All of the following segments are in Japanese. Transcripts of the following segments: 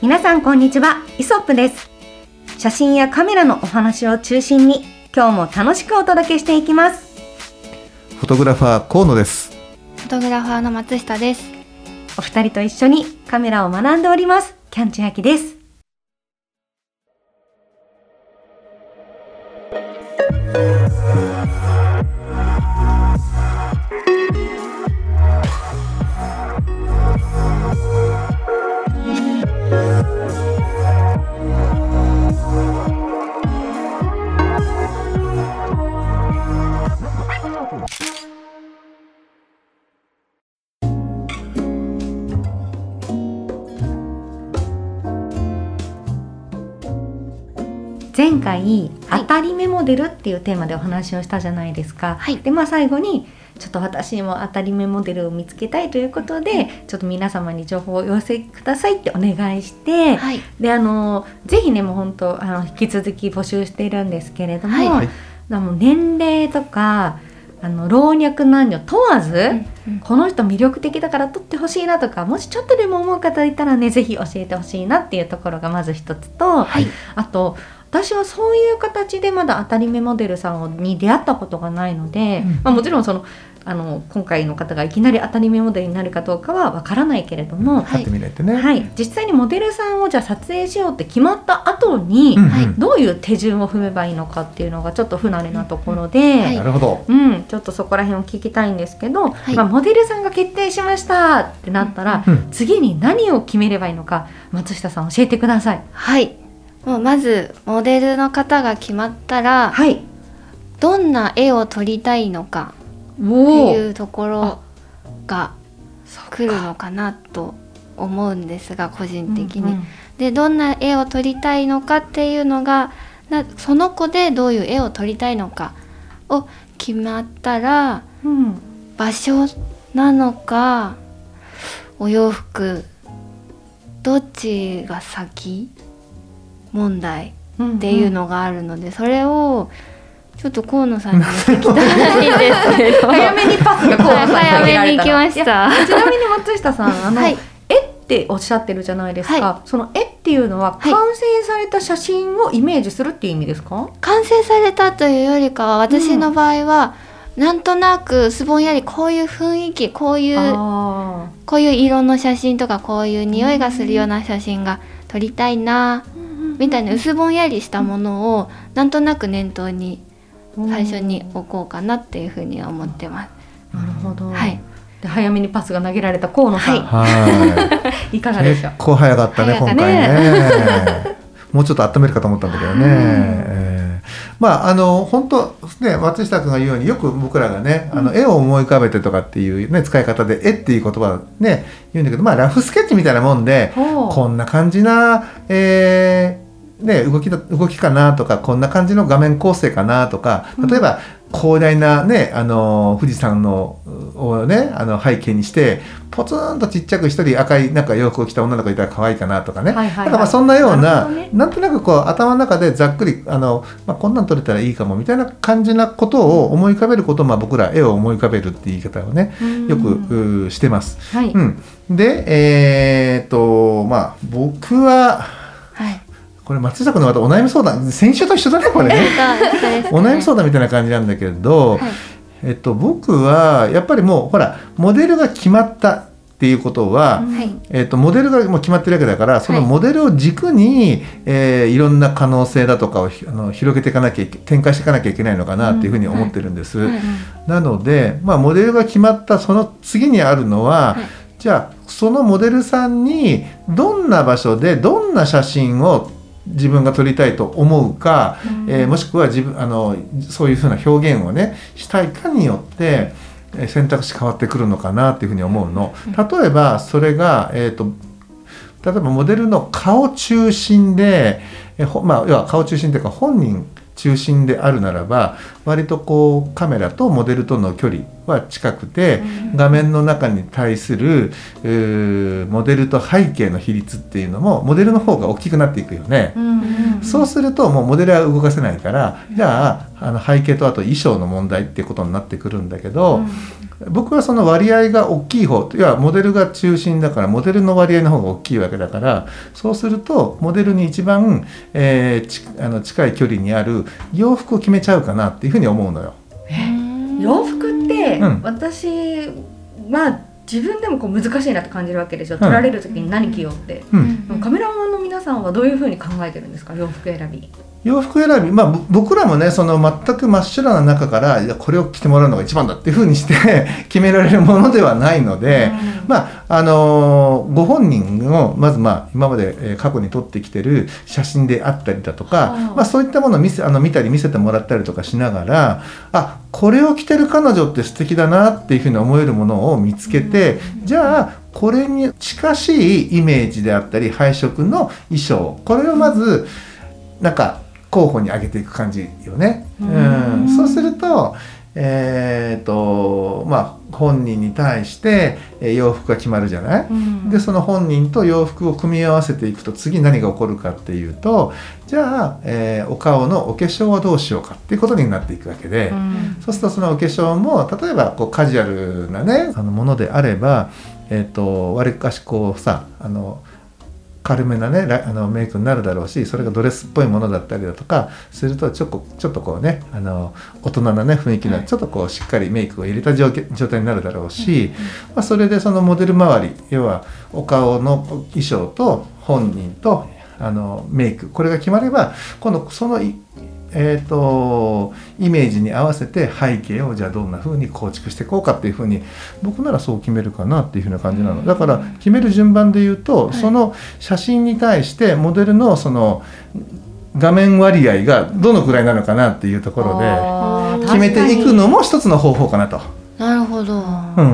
皆さんこんにちは、イソップです。写真やカメラのお話を中心に今日も楽しくお届けしていきます。 フォトグラファー河野です。 フォトグラファーの松下です。 お二人と一緒にカメラを学んでおりますキャンチヤキです。前回、当たり目モデルっていうテーマでお話をしたじゃないですか、 はい、 で最後にちょっと私も当たり目モデルを見つけたいということで、ちょっと皆様に情報をお寄せくださいってお願いして、 はい、 でぜひねもう本当引き続き募集しているんですけれども、 はい、 もう年齢とか老若男女問わず、この人魅力的だから撮ってほしいなとか、もしちょっとでも思う方いたらねぜひ教えてほしいなっていうところがまず一つと、 はい、 あと私はそういう形でまだ当たり目モデルさんに出会ったことがないので、もちろん今回の方がいきなり当たり目モデルになるかどうかはわからないけれども、 やってみないとね、 はい、実際にモデルさんをじゃあ撮影しようって決まった後に、どういう手順を踏めばいいのかっていうのがちょっと不慣れなところで、 なるほど、 ちょっとそこら辺を聞きたいんですけど、モデルさんが決定しましたってなったら、次に何を決めればいいのか松下さん教えてください。 はい、もうまずモデルの方が決まったら、はい、どんな絵を撮りたいのかっていうところが来るのかなと思うんですが、個人的に、でどんな絵を撮りたいのかっていうのがその子でどういう絵を撮りたいのかを決まったら、場所なのかお洋服どっちが先問題っていうのがあるので、それをちょっと河野さんに聞きたいんですけど早めにパスが河野さんに早めに行きました。 ちなみに松下さん絵っておっしゃってるじゃないですか、その絵っていうのは完成された写真をイメージするっていう意味ですか？ 完成されたというよりかは、私の場合は、なんとなくすぼんやりこういう雰囲気、こういう色の写真とか、こういう匂いがするような写真が撮りたいな、みたいな薄ぼんやりしたものをなんとなく念頭に最初に置こうかなっていうふうに思ってます。 なるほど、 はい、 で早めにパスが投げられた河野さん、いかがでしょう？ 結構早かったね今回ねもうちょっと温めるかと思ったんだけどね、本当ね、松下君が言うようによく僕らがね絵を思い浮かべてとかっていう、使い方で絵っていう言葉をね言うんだけど、ラフスケッチみたいなもんで、こんな感じな、動きかなとか、こんな感じの画面構成かなとか、例えば広大なね富士山をね背景にしてポツンとちっちゃく一人赤いなんか洋服を着た女の子いたら可愛いかなとかね、だからそんなような、なんとなくこう頭の中でざっくりこんなん撮れたらいいかもみたいな感じなことを思い浮かべることを、僕ら絵を思い浮かべるっていう言い方をねよくしてます。で僕はこれ松下君のまたお悩み相談、先週と一緒だねこれねお悩み相談みたいな感じなんだけど、僕はやっぱりもうほらモデルが決まったっていうことは、モデルがもう決まってるわけだから、そのモデルを軸に、いろんな可能性だとかを広げていかなきゃ展開していかなきゃいけないのかなっていうふうに思ってるんです。なので、モデルが決まったその次にあるのは、じゃあそのモデルさんにどんな場所でどんな写真を自分が撮りたいと思うか、もしくはそういうふうな表現をねしたいかによって選択肢変わってくるのかなっていうふうに思うの。例えばそれが、例えばモデルの顔中心で、要は顔中心というか本人中心であるならば、割とこうカメラとモデルとの距離は近くて、画面の中に対するモデルと背景の比率っていうのもモデルの方が大きくなっていくよね。そうするともうモデルは動かせないから、じゃあ背景とあと衣装の問題っていうことになってくるんだけど、僕はその割合が大きい方、いやモデルが中心だからモデルの割合の方が大きいわけだから、そうするとモデルに一番、近い距離にある洋服を決めちゃうかなっていうふうに思うのよ。 洋服って、私は自分でもこう難しいなって感じるわけですよ。撮られる時に何着ようって、カメラマンの皆さんはどういうふうに考えてるんですか、洋服選び。 洋服選び、僕らもねその全く真っ白な中からいやこれを着てもらうのが一番だっていうふうにして決められるものではないので、ご本人をまず今まで過去に撮ってきてる写真であったりだとか、そういったものを見たり見せてもらったりとかしながら、これを着てる彼女って素敵だなっていうふうに思えるものを見つけて、じゃあこれに近しいイメージであったり配色の衣装、これをまずなんか候補に上げていく感じよね。そうすると、本人に対して洋服が決まるじゃない、でその本人と洋服を組み合わせていくと次何が起こるかっていうと、じゃあ、お顔のお化粧はどうしようかっていうことになっていくわけで、そうするとそのお化粧も例えばこうカジュアルなねものであれば、わりかしこうさ軽めなねメイクになるだろうし、それがドレスっぽいものだったりだとかするとちょっとこうね大人なね雰囲気のちょっとこうしっかりメイクを入れた状態になるだろうし、それでそのモデル周り、要はお顔の衣装と本人とメイク、これが決まれば今度そのイメージに合わせて背景をじゃあどんな風に構築していこうかっていう風に僕ならそう決めるかなっていう風な感じなの。だから決める順番で言うと、その写真に対してモデルのその画面割合がどのくらいなのかなっていうところで決めていくのも一つの方法かなと。 なるほど。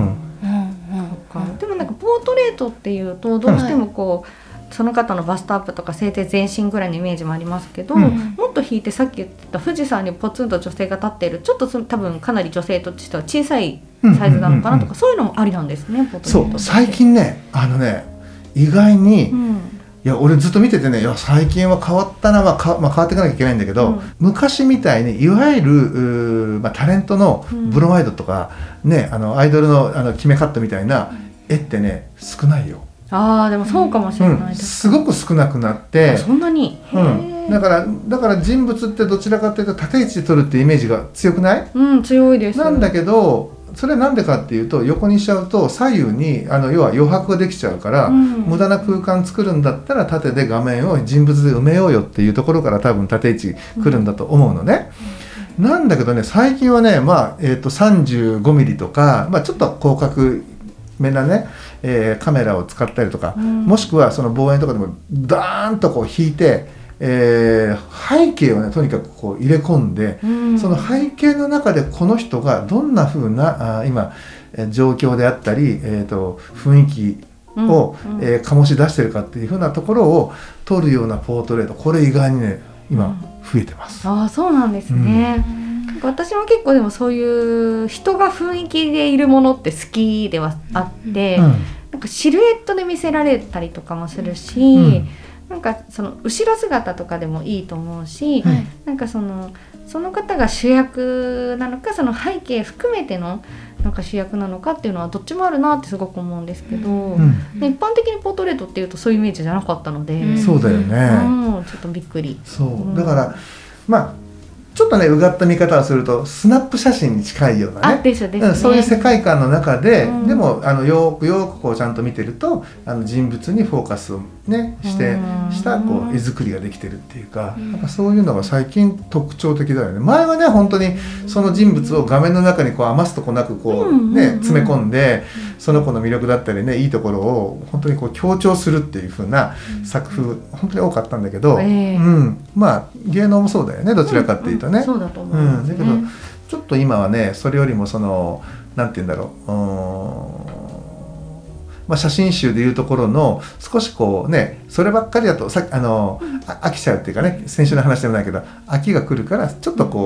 でもなんかポートレートっていうとどうしてもこう、その方のバストアップとかせいぜい全身ぐらいのイメージもありますけど、もっと引いてさっき言った富士山にポツンと女性が立っているちょっと多分かなり女性としては小さいサイズなのかなとか、そういうのもありなんですね、ポートレート。 そう最近ね意外に、いや俺ずっと見ててね、いや最近は変わったな、変わっていかなきゃいけないんだけど、昔みたいにいわゆるタレントのブロマイドとか、アイドルの決めカットみたいな絵ってね少ないよ。 でもそうかもしれないです、 すごく少なくなって、 そんなに、 だから人物ってどちらかというと縦位置で撮るってイメージが強くない？ 強いです。 なんだけどそれはなんでかっていうと、横にしちゃうと左右に要は余白ができちゃうから、無駄な空間作るんだったら縦で画面を人物で埋めようよっていうところから多分縦位置来るんだと思うのね。なんだけどね、最近はね、35ミリとか、ちょっと広角めなね、カメラを使ったりとか、もしくはその望遠とかでもダーンとこう引いて、背景をねとにかくこう入れ込んで、その背景の中でこの人がどんな風な今状況であったり、雰囲気を、醸し出してるかっていう風なところを撮るようなポートレート、これ意外にね今増えてます。 そうなんですね。私も結構でもそういう人が雰囲気でいるものって好きではあって、なんかシルエットで見せられたりとかもするし、なんかその後ろ姿とかでもいいと思うし、なんかその方が主役なのか、その背景含めてのなんか主役なのかっていうのはどっちもあるなってすごく思うんですけど、一般的にポートレートっていうとそういうイメージじゃなかったので、 そうだよね、 ちょっとびっくり。 だからちょっとねうがった見方をするとスナップ写真に近いようなね、そういう世界観の中で、でもよくこうちゃんと見てると人物にフォーカスをねしたこう絵作りができてるっていうか、なんかそういうのが最近特徴的だよね。前はね本当にその人物を画面の中にこう余すとこなくこうね詰め込んで、その子の魅力だったりねいいところを本当にこう強調するっていう風な作風本当に多かったんだけど、芸能もそうだよね、どちらかっていうとね。 そうだと思いますね。 だけどちょっと今はねそれよりもそのなんて言うんだろう、写真集でいうところの少しこうね、そればっかりだと飽きちゃうっていうかね、先週の話でもないけど飽きが来るから、ちょっとこう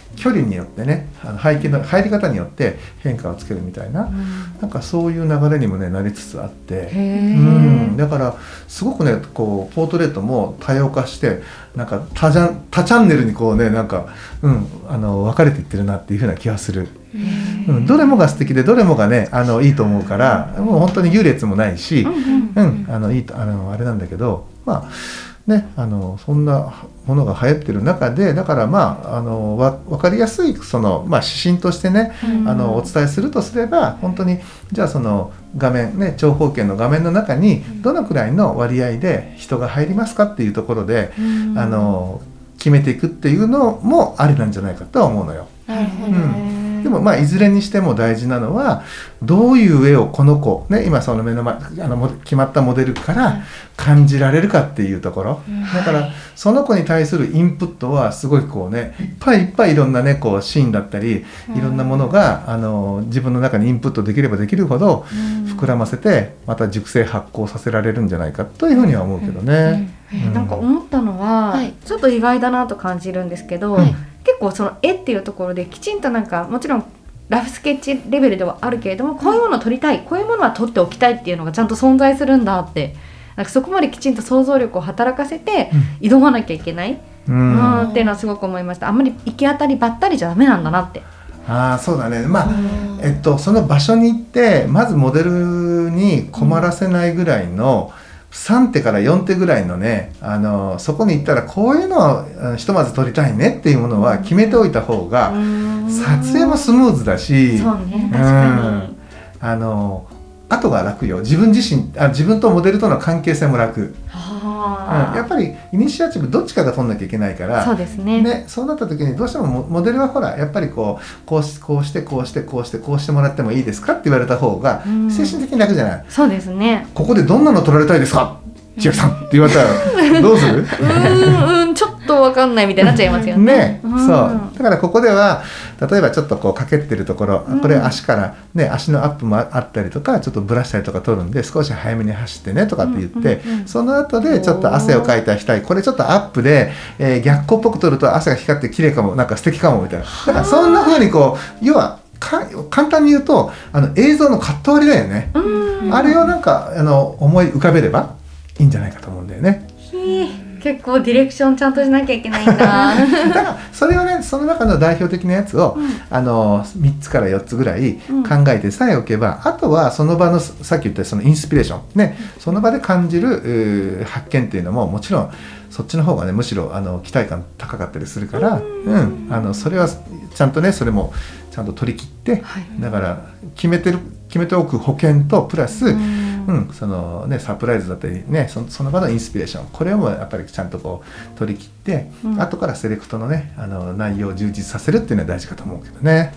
距離によってね背景の入り方によって変化をつけるみたいな、なんかそういう流れにもねなりつつあって、だからすごくねこうポートレートも多様化してなんか多チャンネルにこうねなんか、分かれていってるなっていう風な気がする。どれもが素敵でどれもがねいいと思うから、もう本当に優劣もないし、いいとあれなんだけど、まあね、そんなものが流行ってる中で、だから分かりやすいその、指針としてね、お伝えするとすれば、本当にじゃあその画面ね、長方形の画面の中にどのくらいの割合で人が入りますかっていうところで、決めていくっていうのもありなんじゃないかとは思うのよ。 なるほどね。 でもいずれにしても大事なのは、どういう絵をこの子、ね、今その目の前決まったモデルから感じられるかっていうところ、だからその子に対するインプットはすごいこうねいっぱいいろんなねこうシーンだったりいろんなものが自分の中にインプットできればできるほど膨らませて、また熟成発酵させられるんじゃないかというふうには思うけどね。 なんか思ったのは、ちょっと意外だなと感じるんですけど、結構その絵っていうところできちんとなんかもちろんラフスケッチレベルではあるけれども、こういうものを撮りたい、こういうものは撮っておきたいっていうのがちゃんと存在するんだって、なんかそこまできちんと想像力を働かせて挑まなきゃいけない、っていうのはすごく思いました。あんまり行き当たりばったりじゃダメなんだなって。 そうだね。その場所に行ってまずモデルに困らせないぐらいの、3手から4手ぐらいのね、そこに行ったらこういうのをひとまず撮りたいねっていうものは決めておいた方が撮影もスムーズだし、 そうね、確かに後が楽よ。自分とモデルとの関係性も楽。やっぱりイニシアチブどっちかが取んなきゃいけないから、 そうですね。 そうなった時にどうしてもモデルはほらやっぱりこうしてもらってもいいですかって言われた方が精神的に楽じゃない。 そうですね。 ここでどんなの撮られたいですか千秋さんって言われたらどうするちょっと分かんないみたいになっちゃいますよね。 そうだからここでは例えばちょっとこうかけってるところ、これ足からね足のアップもあったりとかちょっとブラしたりとか撮るんで少し早めに走ってねとかって言って、その後でちょっと汗をかいた額、これちょっとアップで、逆光っぽく撮ると汗が光って綺麗かも、なんか素敵かもみたいな。だからそんな風にこう要は簡単に言うと映像のカット割りだよね。あれをなんか思い浮かべればいいんじゃないかと思うんだよね。 結構ディレクションちゃんとしなきゃいけないんだ。だからそれをね、その中の代表的なやつを、3つから4つぐらい考えてさえおけば、あとはその場のさっき言ったそのインスピレーションね、その場で感じる発見っていうのももちろんそっちの方がねむしろ期待感高かったりするから、それはちゃんとねそれもちゃんと取り切って、だから決めておく保険とプラスそのねサプライズだったりねその場のインスピレーション、これをもやっぱりちゃんとこう取り切って、後からセレクトのね内容を充実させるっていうのは大事かと思うけどね。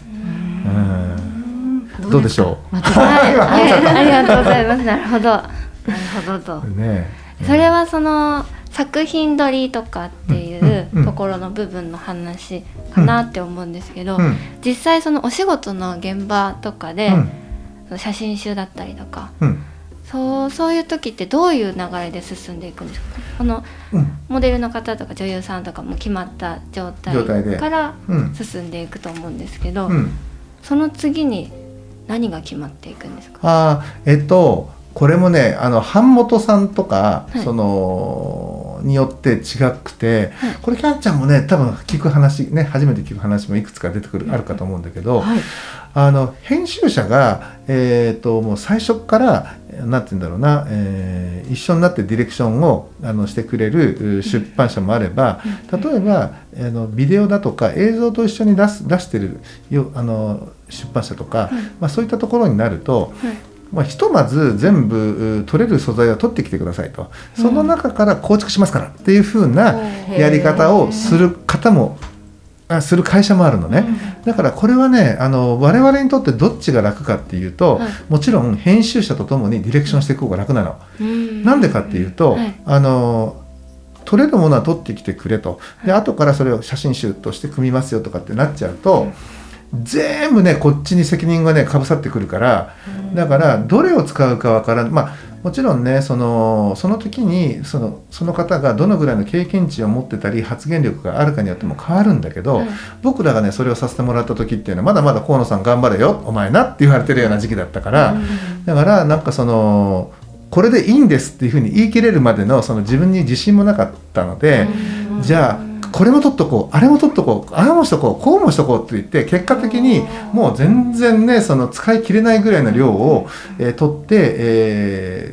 どうでしょう。 ありがとうございます。なるほどと。それはその作品撮りとかっていうところの部分の話かなって思うんですけど、実際そのお仕事の現場とかで、写真集だったりとか、そういう時ってどういう流れで進んでいくんですか？このモデルの方とか女優さんとかも決まった状態から進んでいくと思うんですけど、その次に何が決まっていくんですか？ これもね版元さんとか、によって違くて、これキャンちゃんもね多分聞く話ね、初めて聞く話もいくつか出てくる、あるかと思うんだけど、編集者がもう最初からなんて言うんだろうな、一緒になってディレクションをしてくれる出版社もあれば、例えばビデオだとか映像と一緒に出してる出版社とか、そういったところになると、ひとまず全部取れる素材を取ってきてくださいと、その中から構築しますからっていう風なやり方をするする会社もあるのね。だからこれはね我々にとってどっちが楽かっていうと、もちろん編集者とともにディレクションしていく方が楽なの。なんでかっていうと、撮れるものは撮ってきてくれと、で後からそれを写真集として組みますよとかってなっちゃうと、全部ねこっちに責任がねかぶさってくるから、だからどれを使うかわからん、 もちろんねその時にその方がどのぐらいの経験値を持ってたり発言力があるかによっても変わるんだけど、僕らがねそれをさせてもらった時っていうのはまだまだ河野さん頑張れよお前なって言われてるような時期だったから、だからなんかこれでいいんですっていうふうに言い切れるまでの自分に自信もなかったので、じゃあこれも取っとこうあれも取っとこうあれもしとこうこうもしとこうって言って結果的にもう全然ね使い切れないぐらいの量を、取って、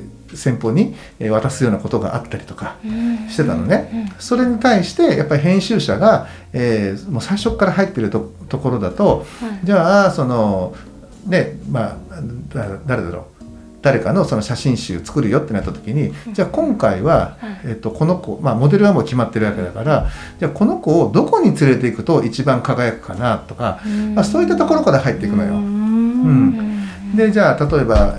先方に渡すようなことがあったりとかしてたのね。それに対してやっぱり編集者が、もう最初から入ってるところだと、じゃあね誰だろう誰かの写真集作るよってなった時に、じゃあ今回は、この子、モデルはもう決まってるわけだから、じゃあこの子をどこに連れていくと一番輝くかなとか、そういったところから入っていくのよ。でじゃあ例えば、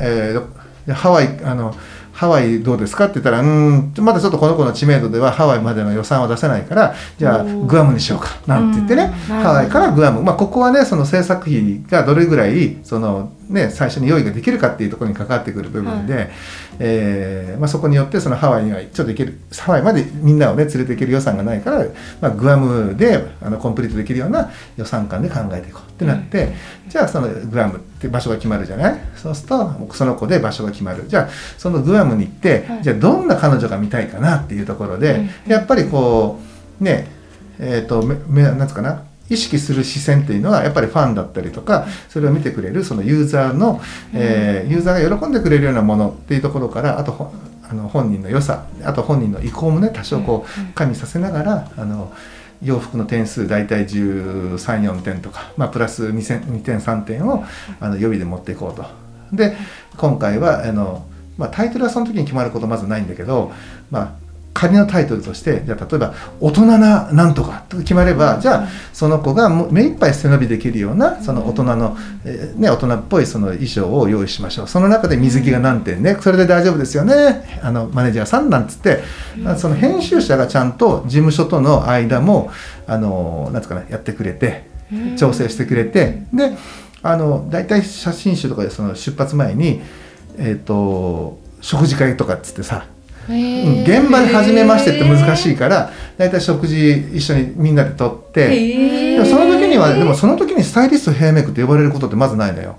ハワイどうですかって言ったらまだちょっとこの子の知名度ではハワイまでの予算は出せないからじゃあグアムにしようかなんて言ってね、ハワイからグアム、ここはね制作費がどれぐらい最初に用意ができるかっていうところに関わってくる部分で、そこによってハワイにはちょっと行けるハワイまでみんなをね連れて行ける予算がないから、グアムでコンプリートできるような予算感で考えていこうってなって、じゃあグアムって場所が決まるじゃない。そうするとその子で場所が決まる。じゃあそのグアムに行って、じゃあどんな彼女が見たいかなっていうところで、やっぱりなんつうかな意識する視線っていうのはやっぱりファンだったりとか、それを見てくれるユーザーの、ユーザーが喜んでくれるようなものっていうところから、あと本人の良さ、あと本人の意向もね多少加味させながら洋服の点数大体13、4点とか、プラス2点3点を予備で持っていこうと。で今回はタイトルはその時に決まることまずないんだけど、仮のタイトルとしてじゃあ例えば大人ななんとかと決まれば、じゃあその子が目いっぱい背伸びできるような大人の、大人っぽい衣装を用意しましょう。その中で水着が何点ね、それで大丈夫ですよねマネージャーさんなんつって、編集者がちゃんと事務所との間もなんつうかなやってくれて調整してくれて、でだいたい写真集とかで出発前に食事会とかっつってさ、現場で初めましてって難しいからだいたい食事一緒にみんなでとって、でもその時にスタイリストヘアメイクって呼ばれることってまずないんだよ。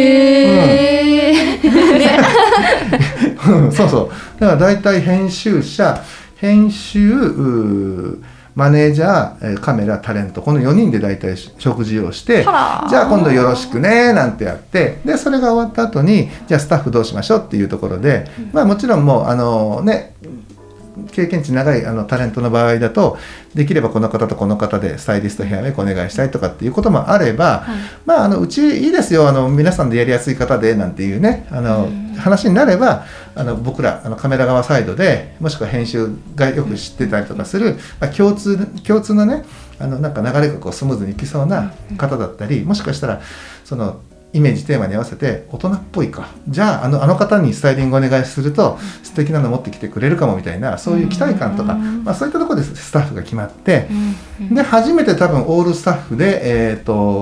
そうそう。だからだいたい編集者、編集マネージャー、カメラ、タレント、この4人で大体食事をして、じゃあ今度よろしくねなんてやって、でそれが終わった後にじゃあスタッフどうしましょうっていうところで、もちろんもう経験値長いタレントの場合だとできればこの方とこの方でスタイリストヘアメイクお願いしたいとかっていうこともあれば、うちいいですよ皆さんでやりやすい方でなんていうね話になれば僕らカメラ側サイドでもしくは編集がよく知ってたりとかする、共通のねなんか流れがスムーズにいきそうな方だったり、もしかしたらイメージテーマに合わせて大人っぽいか、じゃああの方にスタイリングお願いすると素敵なの持ってきてくれるかもみたいな、そういう期待感とか、そういったところでスタッフが決まって、で初めて多分オールスタッフで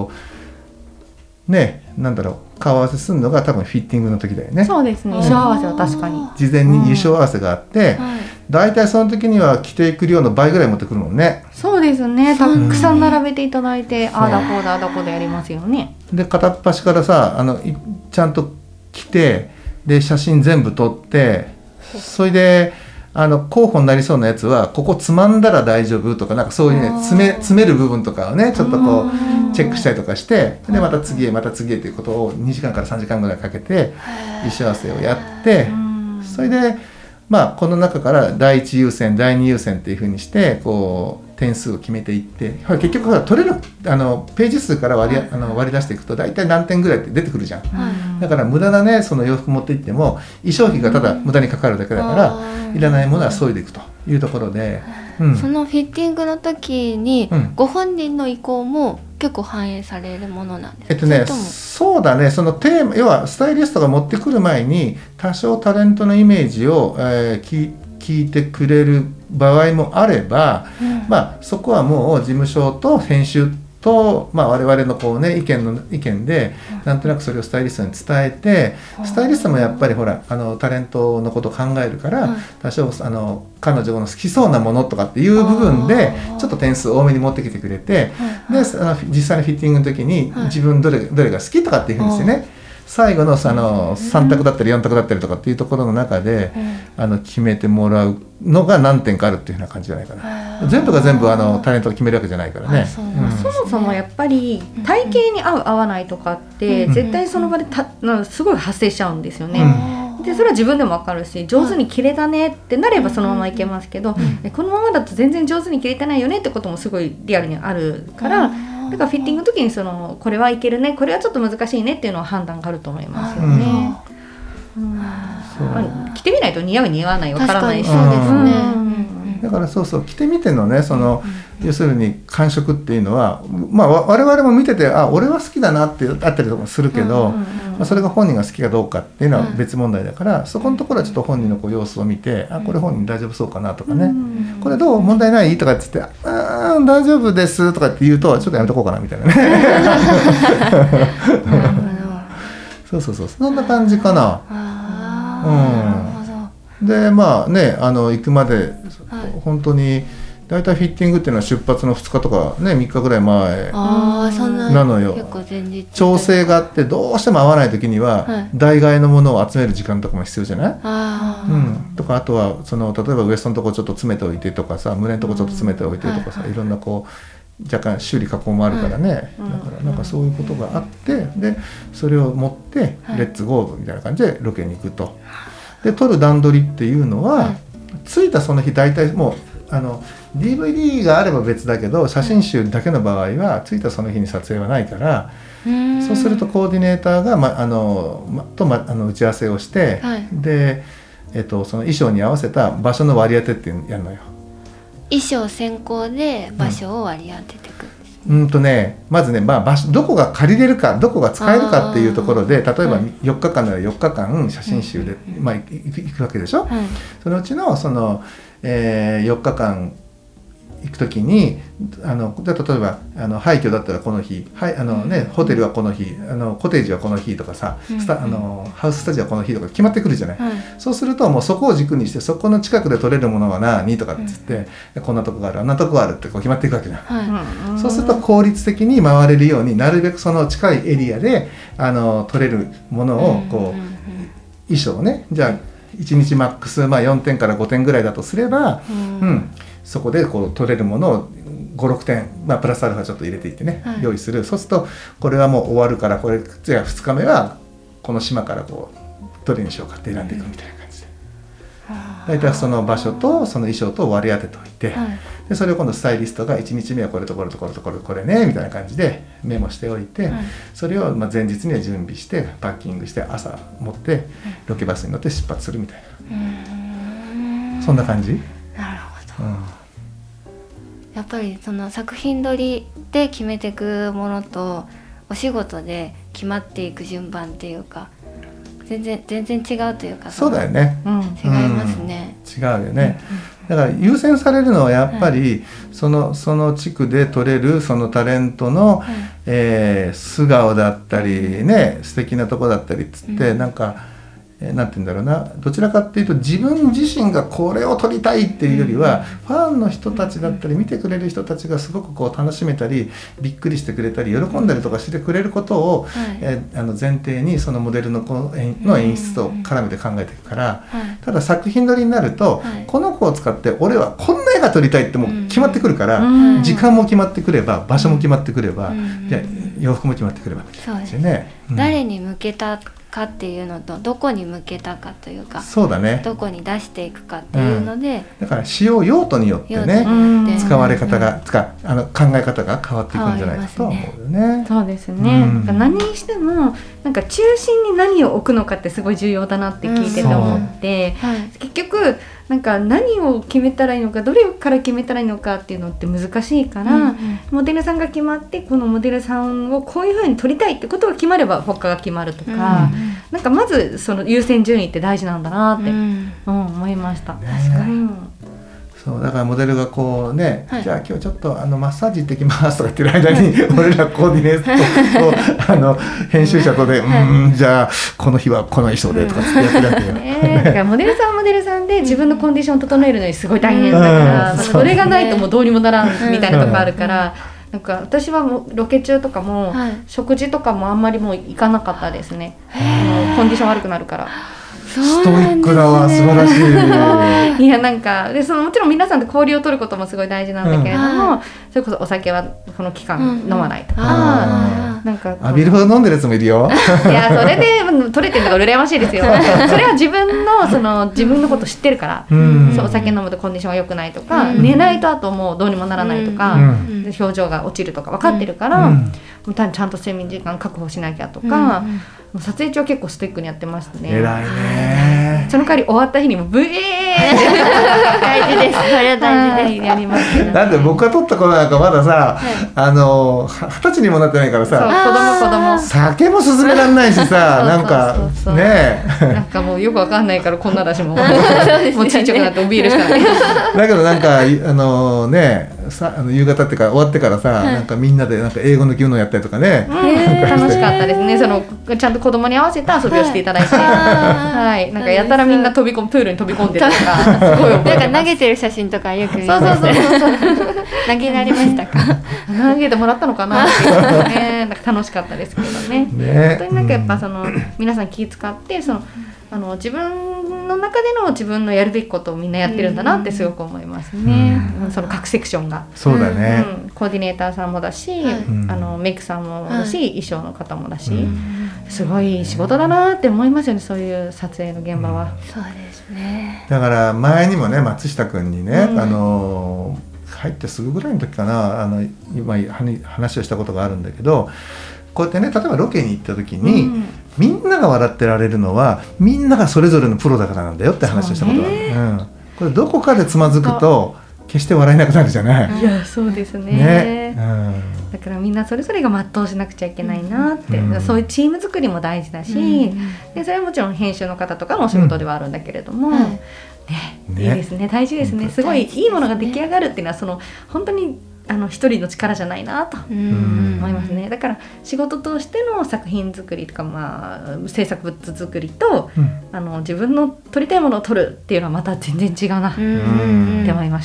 顔合わせするのが多分フィッティングの時だよね。 そうですね、衣装合わせは確かに事前に衣装合わせがあって、だいたいその時には着ていく量の倍ぐらい持ってくるもんね。 そうですね、たくさん並べていただいて、ああだこうだあだこうだやりますよね。 で片っ端からさちゃんと着て、で写真全部撮って、それで候補になりそうなやつはここつまんだら大丈夫とか、なんかそういうね詰める部分とかをねちょっとチェックしたりとかして、でまた次へまた次へということを2時間から3時間ぐらいかけて衣装合わせをやって、それでこの中から第1優先第2優先っていう風にして点数を決めていって、結局取れるページ数から割り出していくと大体何点ぐらいって出てくるじゃん、だから無駄なね洋服持っていっても衣装費がただ無駄にかかるだけだから、いらないものは削いでいくというところで、 そのフィッティングの時に、ご本人の意向も結構反映されるものなんですか？ そうだね、そのテーマ、要はスタイリストが持ってくる前に多少タレントのイメージを、聞いてくれる場合もあれば、そこはもう事務所と編集と、我々のこうね意見でなんとなくそれをスタイリストに伝えて、スタイリストもやっぱりほらタレントのことを考えるから、多少彼女の好きそうなものとかっていう部分でちょっと点数多めに持ってきてくれて、で実際のフィッティングの時に自分どれが好きとかっていうふうにしてね、最後の3択だったり4択だったりとかっていうところの中で、決めてもらうのが何点かあるっていうような感じじゃないかな。全部が全部タレントが決めるわけじゃないからね。 そもそもやっぱり体型に合う合わないとかって絶対その場ですごい発生しちゃうんですよね。でそれは自分でも分かるし、上手に着れたねってなればそのままいけますけど、このままだと全然上手に着れてないよねってこともすごいリアルにあるから、だからフィッティングの時にこれはいけるね、これはちょっと難しいねっていうのは判断があると思いますよね。着てみないと似合う似合わない分からないし、そうですね。 だから着てみてのね要するに感触っていうのは、我々も見てて俺は好きだなってあったりとかするけど、それが本人が好きかどうかっていうのは別問題だから、そこのところはちょっと本人の様子を見て、これ本人大丈夫そうかなとかね、これどう問題ないとかって言って大丈夫ですとかって言うとちょっとやめとこうかなみたいなね。そんな感じかな。で行くまで、本当にだいたいフィッティングっていうのは出発の2日とかね3日ぐらい前なのよ。調整があってどうしても合わない時には、代替えのものを集める時間とかも必要じゃない？とか、あとは例えばウエストのとこちょっと詰めておいてとかさ、胸のとこちょっと詰めておいてとかさ、いろんな若干修理加工もあるからね、だからそういうことがあって、でそれを持ってレッツゴーみたいな感じでロケに行くと。で撮る段取りっていうのは、着いたその日大体もうDVD があれば別だけど、写真集だけの場合は着いたその日に撮影はないから、そうするとコーディネーターが、打ち合わせをして、で、その衣装に合わせた場所の割り当てっていうのやるのよ。 衣装先行で場所を割り当てていく。 まずね、場所どこが借りれるかどこが使えるかっていうところで、例えば4日間なら4日間写真集で、行くわけでしょ。そのうちの4日間行くときに例えば廃墟だったらこの日、ホテルはこの日、コテージはこの日とかさ、ハウススタジオはこの日とか決まってくるじゃない。そうするともうそこを軸にして、そこの近くで撮れるものは何とかっつって、こんなとこがあるあんなとこがあるって決まっていくわけじゃん。そうすると効率的に回れるように、なるべくその近いエリアで撮れるものを衣装をね、じゃあ1日マックス4点から5点ぐらいだとすれば、そこで取れるものを 5,6 点、プラスアルファちょっと入れていってね、用意する。そうするとこれはもう終わるから、じゃあ2日目はこの島からどれにしようかって選んでいくみたいな感じで、大体その場所とその衣装と割り当てておいて、でそれを今度スタイリストが1日目はこれとこれとこれとこれねみたいな感じでメモしておいて、それを前日には準備してパッキングして朝持ってロケバスに乗って出発するみたいな、そんな感じ。 なるほど。やっぱりその作品撮りで決めていくものとお仕事で決まっていく順番っていうか、全然違うというか、 そうだよね、 違いますね。 違うよね。だから優先されるのはやっぱり、その地区で撮れるそのタレントの、素顔だったりね、素敵なとこだったりっつって、なんて言うんだろうな、どちらかっていうと自分自身がこれを撮りたいっていうよりは、ファンの人たちだったり見てくれる人たちがすごく楽しめたりびっくりしてくれたり喜んだりとかしてくれることを、前提にそのモデルの演出と絡めて考えていくから、ただ作品撮りになると、この子を使って俺はこんな絵が撮りたいってもう決まってくるから、時間も決まってくれば場所も決まってくれば、じゃあ洋服も決まってくればみたいな感じでね、 誰に向けたかっていうのと、どこに向けたかというか、 そうだね、 どこに出していくかっていうので、 だから使用用途によってね、使われ方が、考え方が変わっていくんじゃないかと思うよね。 そうですね、何にしても中心に何を置くのかってすごい重要だなって聞いてて思って、結局何を決めたらいいのか、どれから決めたらいいのかっていうのって難しいから、モデルさんが決まって、このモデルさんをこういう風に撮りたいってことが決まれば他が決まるとか、まずその優先順位って大事なんだなって、思いました。 確かに、 そうだからモデルがこうね、じゃあ今日ちょっとマッサージ行ってきますとか言ってる間に俺らコーディネートと編集者とでじゃあこの日はこの衣装でとかってやってるわけよ。 だからモデルさんはモデルさんで自分のコンディションを整えるのにすごい大変だから、それがないともうどうにもならんみたいなとこあるから、なんか私はもうロケ中とかも、食事とかもあんまりもう行かなかったですね。コンディション悪くなるから。 ストイックだわ、素晴らしい。 いやなんかでもちろん皆さんと交流を取ることもすごい大事なんだけれども、それこそお酒はこの期間飲まないとか、なんか浴びるほど飲んでるやつもいるよ。 いやそれで取れてるのが羨ましいですよ。それは自分のこと知ってるから、そうお酒飲むとコンディションが良くないとか、寝ないとあともうどうにもならないとか、表情が落ちるとか分かってるから、ちゃんと睡眠時間確保しなきゃとか、撮影中は結構ストイックにやってますね。 偉いね。 その代わり終わった日にもブエー大事です。それは大事です。 やりますけど。 だって僕が撮った頃なんかまださ、20歳にもなってないからさ、 子供酒も勧めらんないしさ、なんかね、 なんかもうよくわかんないからこんなだしもうちっちゃくなってビールしかない。 だけどなんか夕方っていうか終わってからさ、なんかみんなでなんか英語の技能やったりとかね、 楽しかったですね。ちゃんと子供に合わせた遊びをしていただいて、なんかやたらみんなプールに飛び込んでるとか、すごいなんか投げてる写真とかよく見ます。投げられましたか？ 投げてもらったのかなっていうね、なんか楽しかったですけどね。本当になんかやっぱ皆さん気遣って自分の中での自分のやるべきことをみんなやってるんだなってすごく思いますね。その各セクションが。 そうだね。 コーディネーターさんもだし、メイクさんもだし、衣装の方もだし、すごい仕事だなって思いますよね。そういう撮影の現場は。 そうですね。 だから前にもね、松下くんにね、入ってすぐぐらいの時かな、今話をしたことがあるんだけど、こうやってね、例えばロケに行った時に、みんなが笑ってられるのはみんながそれぞれのプロだからなんだよって話をしたことがある。これどこかでつまずくと決して笑えなくなるじゃない。 いやそうですね。だからみんなそれぞれが全うしなくちゃいけないなって、そういうチーム作りも大事だし、でそれはもちろん編集の方とかのお仕事ではあるんだけれども、いいですね、大事ですね。すごいいいものが出来上がるっていうのは本当に一人の力じゃないなと思いますね。だから仕事としての作品作りとか、制作物作りと、自分の撮りたいものを撮るっていうのはまた全然違うなって思いました。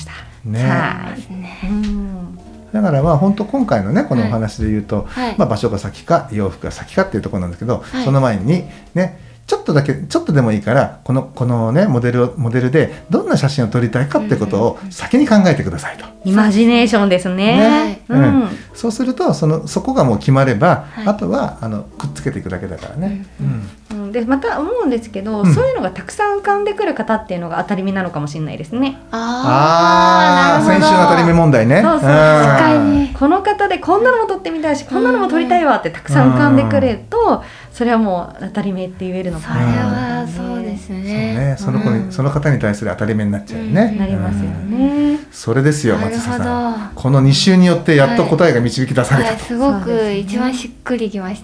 だから本当今回のねこのお話で言うと、場所が先か洋服が先かっていうところなんですけど、その前にねちょっとでもいいからこのねモデルでどんな写真を撮りたいかってことを先に考えてくださいと。 イマジネーションですね。 そうするとそこがもう決まれば、あとはくっつけていくだけだからね。 でまた思うんですけど、そういうのがたくさん浮かんでくる方っていうのが当たり目なのかもしれないですね。 先週の当たり目問題ね。 この方でこんなのも撮ってみたいし、こんなのも撮りたいわってたくさん浮かんでくると、それはもう当たり目って言えるのかな。 それはそうですね。 その方に対する当たり目になっちゃうね。 なりますよね。 それですよ、松下さん。この2週によってやっと答えが導き出されたと。 すごく一番しっくりきました。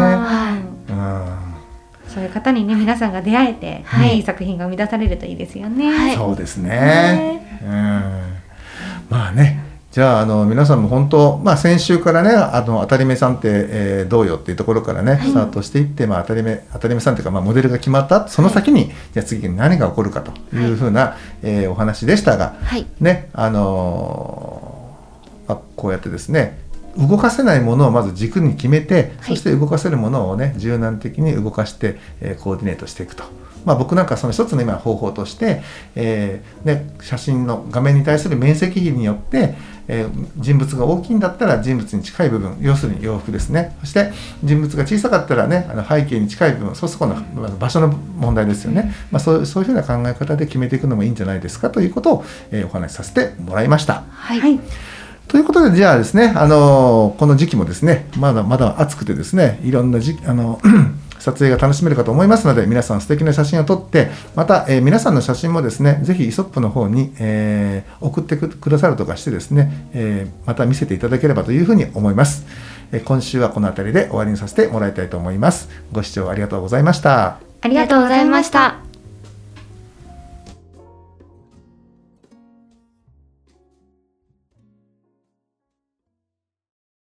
そういう方にね、皆さんが出会えて、いい作品が生み出されるといいですよね。 そうですね。まあね。じゃあ皆さんも本当、先週からね当たり目さんって、どうよっていうところからね、スタートしていって、当たり目さんというか、モデルが決まったその先に、じゃあ次に何が起こるかというふうな、お話でしたが、ねこうやってですね動かせないものをまず軸に決めて、そして動かせるものをね柔軟的に動かして、コーディネートしていくと。僕なんかその一つの今方法として、写真の画面に対する面積比によって、人物が大きいんだったら人物に近い部分、要するに洋服ですね。そして人物が小さかったらね背景に近い部分、そうすると今度場所の問題ですよね。そういうふうな考え方で決めていくのもいいんじゃないですかということを、お話しさせてもらいました。ということで、じゃあですね、この時期もですねまだまだ暑くてですね、いろんな撮影が楽しめるかと思いますので、皆さん素敵な写真を撮って、また、皆さんの写真もですねぜひイソップの方に、送ってくださるとかしてですね、また見せていただければというふうに思います。今週はこの辺りで終わりにさせてもらいたいと思います。ご視聴ありがとうございました。 ありがとうございました。